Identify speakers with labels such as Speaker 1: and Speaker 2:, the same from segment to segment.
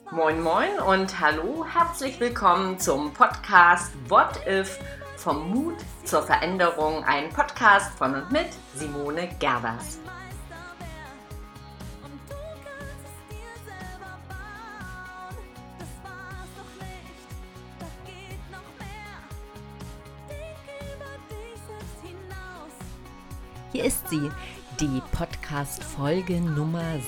Speaker 1: Moin Moin und hallo, herzlich willkommen zum Podcast What If? Vom Mut zur Veränderung, ein Podcast von und mit Simone Gerbers. Hier ist sie, die Podcast-Folge Nummer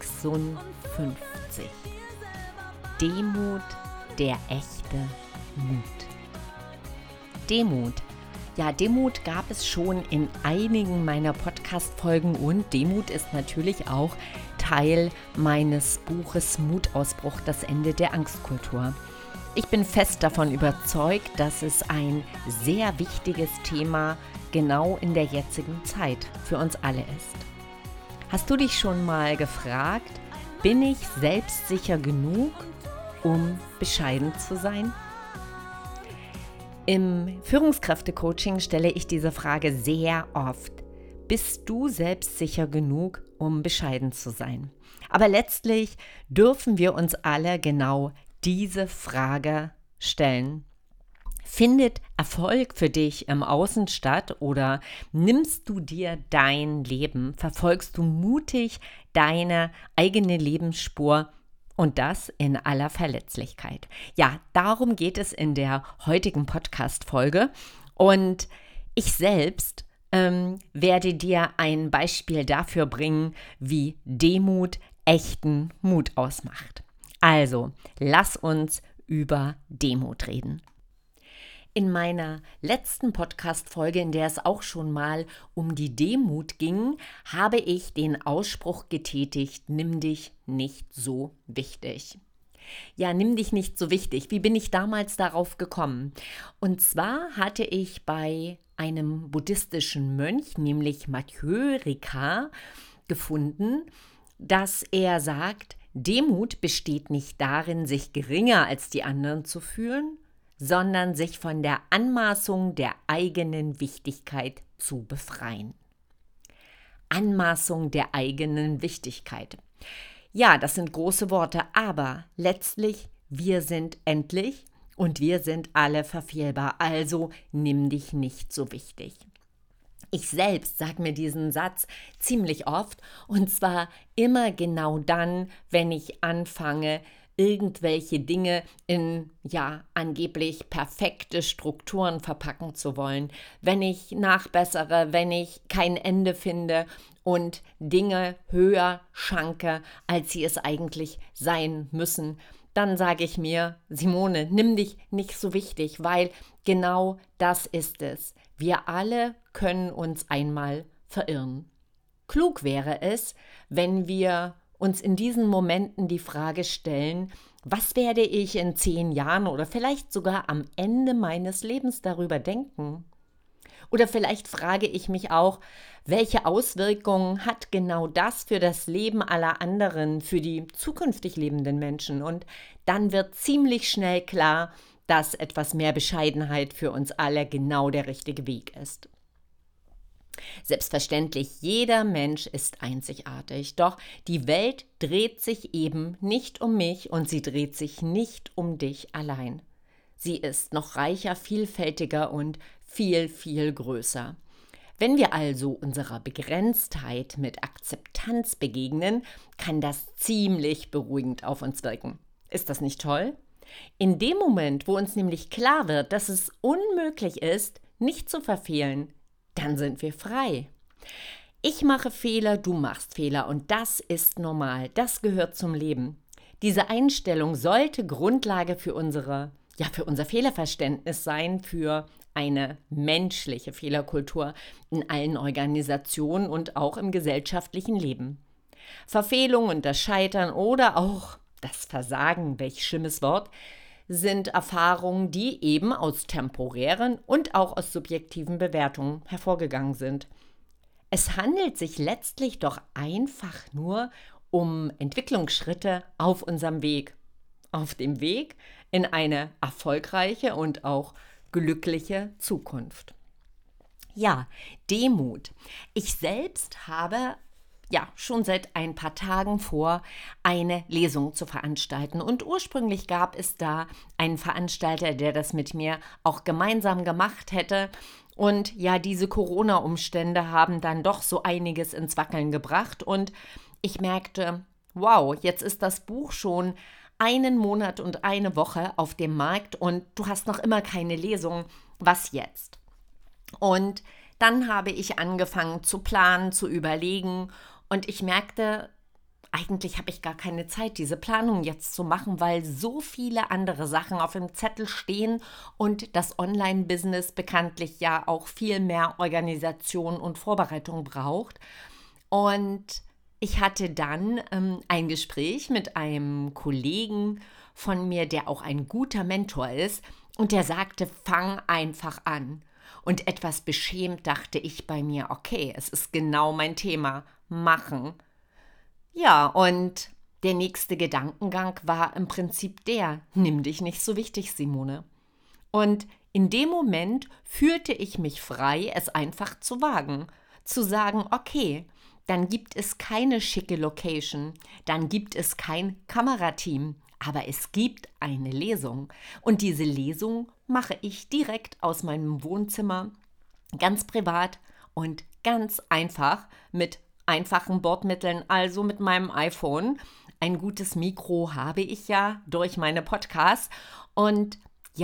Speaker 1: 56. Demut, der echte Mut. Demut. Ja, Demut gab es schon in einigen meiner Podcast-Folgen und Demut ist natürlich auch Teil meines Buches Mutausbruch, das Ende der Angstkultur. Ich bin fest davon überzeugt, dass es ein sehr wichtiges Thema genau in der jetzigen Zeit für uns alle ist. Hast du dich schon mal gefragt, bin ich selbstsicher genug, um bescheiden zu sein? Im Führungskräfte-Coaching stelle ich diese Frage sehr oft. Bist du selbstsicher genug, um bescheiden zu sein? Aber letztlich dürfen wir uns alle genau diese Frage stellen. Findet Erfolg für dich im Außen statt oder nimmst du dir dein Leben, verfolgst du mutig deine eigene Lebensspur und das in aller Verletzlichkeit? Ja, darum geht es in der heutigen Podcast-Folge und ich selbst werde dir ein Beispiel dafür bringen, wie Demut echten Mut ausmacht. Also, lass uns über Demut reden. In meiner letzten Podcast-Folge, in der es auch schon mal um die Demut ging, habe ich den Ausspruch getätigt, nimm dich nicht so wichtig. Ja, nimm dich nicht so wichtig. Wie bin ich damals darauf gekommen? Und zwar hatte ich bei einem buddhistischen Mönch, nämlich Mathieu Ricard, gefunden, dass er sagt, Demut besteht nicht darin, sich geringer als die anderen zu fühlen, sondern sich von der Anmaßung der eigenen Wichtigkeit zu befreien. Anmaßung der eigenen Wichtigkeit. Ja, das sind große Worte, aber letztlich, wir sind endlich und wir sind alle verfehlbar, also nimm dich nicht so wichtig. Ich selbst sage mir diesen Satz ziemlich oft und zwar immer genau dann, wenn ich anfange, irgendwelche Dinge in, angeblich perfekte Strukturen verpacken zu wollen, wenn ich nachbessere, wenn ich kein Ende finde und Dinge höher schanke, als sie es eigentlich sein müssen, dann sage ich mir, Simone, nimm dich nicht so wichtig, weil genau das ist es. Wir alle können uns einmal verirren. Klug wäre es, wenn wir uns in diesen Momenten die Frage stellen, was werde ich in 10 Jahren oder vielleicht sogar am Ende meines Lebens darüber denken? Oder vielleicht frage ich mich auch, welche Auswirkungen hat genau das für das Leben aller anderen, für die zukünftig lebenden Menschen? Und dann wird ziemlich schnell klar, dass etwas mehr Bescheidenheit für uns alle genau der richtige Weg ist. Selbstverständlich, jeder Mensch ist einzigartig, doch die Welt dreht sich eben nicht um mich und sie dreht sich nicht um dich allein. Sie ist noch reicher, vielfältiger und viel, viel größer. Wenn wir also unserer Begrenztheit mit Akzeptanz begegnen, kann das ziemlich beruhigend auf uns wirken. Ist das nicht toll? In dem Moment, wo uns nämlich klar wird, dass es unmöglich ist, nicht zu verfehlen, dann sind wir frei. Ich mache Fehler, du machst Fehler und das ist normal, das gehört zum Leben. Diese Einstellung sollte Grundlage für unser Fehlerverständnis sein, für eine menschliche Fehlerkultur in allen Organisationen und auch im gesellschaftlichen Leben. Verfehlung und das Scheitern oder auch das Versagen, welch schlimmes Wort, sind Erfahrungen, die eben aus temporären und auch aus subjektiven Bewertungen hervorgegangen sind. Es handelt sich letztlich doch einfach nur um Entwicklungsschritte auf unserem Weg. Auf dem Weg in eine erfolgreiche und auch glückliche Zukunft. Ja, Demut. Ich selbst habe schon seit ein paar Tagen vor, eine Lesung zu veranstalten. Und ursprünglich gab es da einen Veranstalter, der das mit mir auch gemeinsam gemacht hätte. Und diese Corona-Umstände haben dann doch so einiges ins Wackeln gebracht. Und ich merkte, wow, jetzt ist das Buch schon einen Monat und eine Woche auf dem Markt und du hast noch immer keine Lesung. Was jetzt? Und dann habe ich angefangen zu planen, zu überlegen und ich merkte, eigentlich habe ich gar keine Zeit, diese Planung jetzt zu machen, weil so viele andere Sachen auf dem Zettel stehen und das Online-Business bekanntlich ja auch viel mehr Organisation und Vorbereitung braucht. Und ich hatte dann ein Gespräch mit einem Kollegen von mir, der auch ein guter Mentor ist und der sagte, fang einfach an. Und etwas beschämt dachte ich bei mir, okay, es ist genau mein Thema, machen. Ja, und der nächste Gedankengang war im Prinzip nimm dich nicht so wichtig, Simone. Und in dem Moment fühlte ich mich frei, es einfach zu wagen, zu sagen, okay, dann gibt es keine schicke Location, dann gibt es kein Kamerateam, aber es gibt eine Lesung. Und diese Lesung mache ich direkt aus meinem Wohnzimmer, ganz privat und ganz einfach mit einfachen Bordmitteln, also mit meinem iPhone. Ein gutes Mikro habe ich ja durch meine Podcasts. Und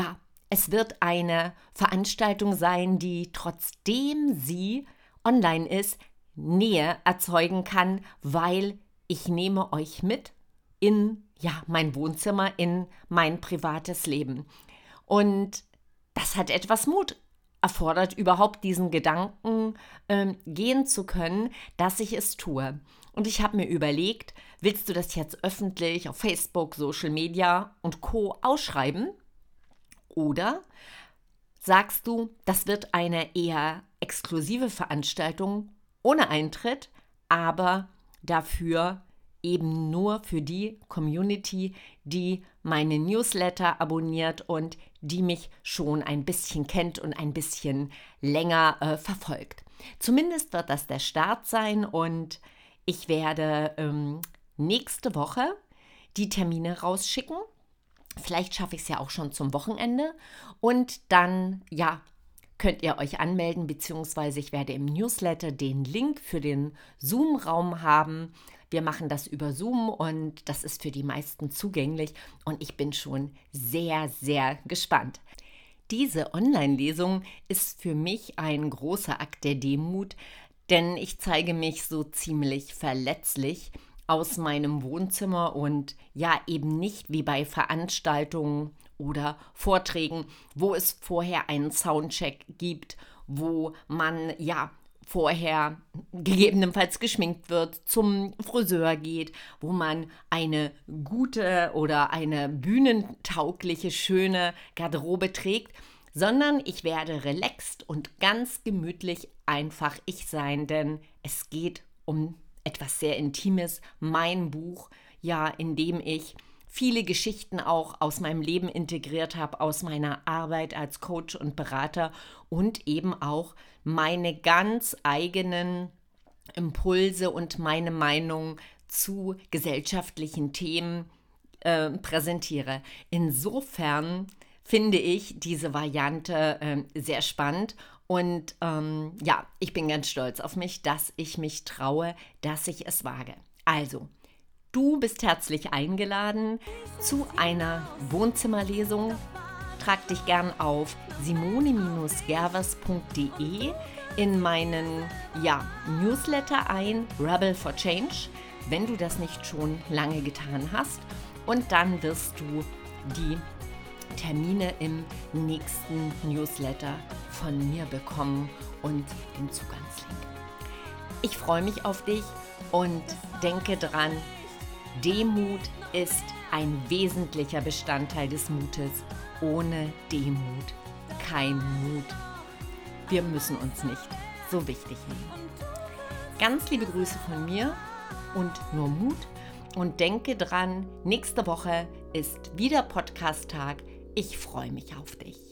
Speaker 1: es wird eine Veranstaltung sein, die trotzdem sie online ist, Nähe erzeugen kann, weil ich nehme euch mit in mein Wohnzimmer, in mein privates Leben. Und das hat etwas Mut erfordert, überhaupt diesen Gedanken gehen zu können, dass ich es tue. Und ich habe mir überlegt, willst du das jetzt öffentlich auf Facebook, Social Media und Co. ausschreiben? Oder sagst du, das wird eine eher exklusive Veranstaltung ohne Eintritt, aber dafür eben nur für die Community, die meine Newsletter abonniert und die mich schon ein bisschen kennt und ein bisschen länger verfolgt. Zumindest wird das der Start sein und ich werde nächste Woche die Termine rausschicken. Vielleicht schaffe ich es ja auch schon zum Wochenende und dann, könnt ihr euch anmelden, beziehungsweise ich werde im Newsletter den Link für den Zoom-Raum haben. Wir machen das über Zoom und das ist für die meisten zugänglich und ich bin schon sehr, sehr gespannt. Diese Online-Lesung ist für mich ein großer Akt der Demut, denn ich zeige mich so ziemlich verletzlich aus meinem Wohnzimmer und eben nicht wie bei Veranstaltungen oder Vorträgen, wo es vorher einen Soundcheck gibt, wo man vorher gegebenenfalls geschminkt wird, zum Friseur geht, wo man eine gute oder eine bühnentaugliche, schöne Garderobe trägt, sondern ich werde relaxed und ganz gemütlich einfach ich sein, denn es geht um etwas sehr Intimes, mein Buch, in dem ich viele Geschichten auch aus meinem Leben integriert habe, aus meiner Arbeit als Coach und Berater und eben auch meine ganz eigenen Impulse und meine Meinung zu gesellschaftlichen Themen präsentiere. Insofern finde ich diese Variante sehr spannend und ich bin ganz stolz auf mich, dass ich mich traue, dass ich es wage. Also, du bist herzlich eingeladen zu einer Wohnzimmerlesung. Trag dich gern auf simone-gervers.de in meinen Newsletter ein, Rebel for Change, wenn du das nicht schon lange getan hast. Und dann wirst du die Termine im nächsten Newsletter von mir bekommen und den Zugangslink. Ich freue mich auf dich und denke dran, Demut ist ein wesentlicher Bestandteil des Mutes. Ohne Demut kein Mut. Wir müssen uns nicht so wichtig nehmen. Ganz liebe Grüße von mir und nur Mut. Und denke dran, nächste Woche ist wieder Podcast-Tag. Ich freue mich auf dich.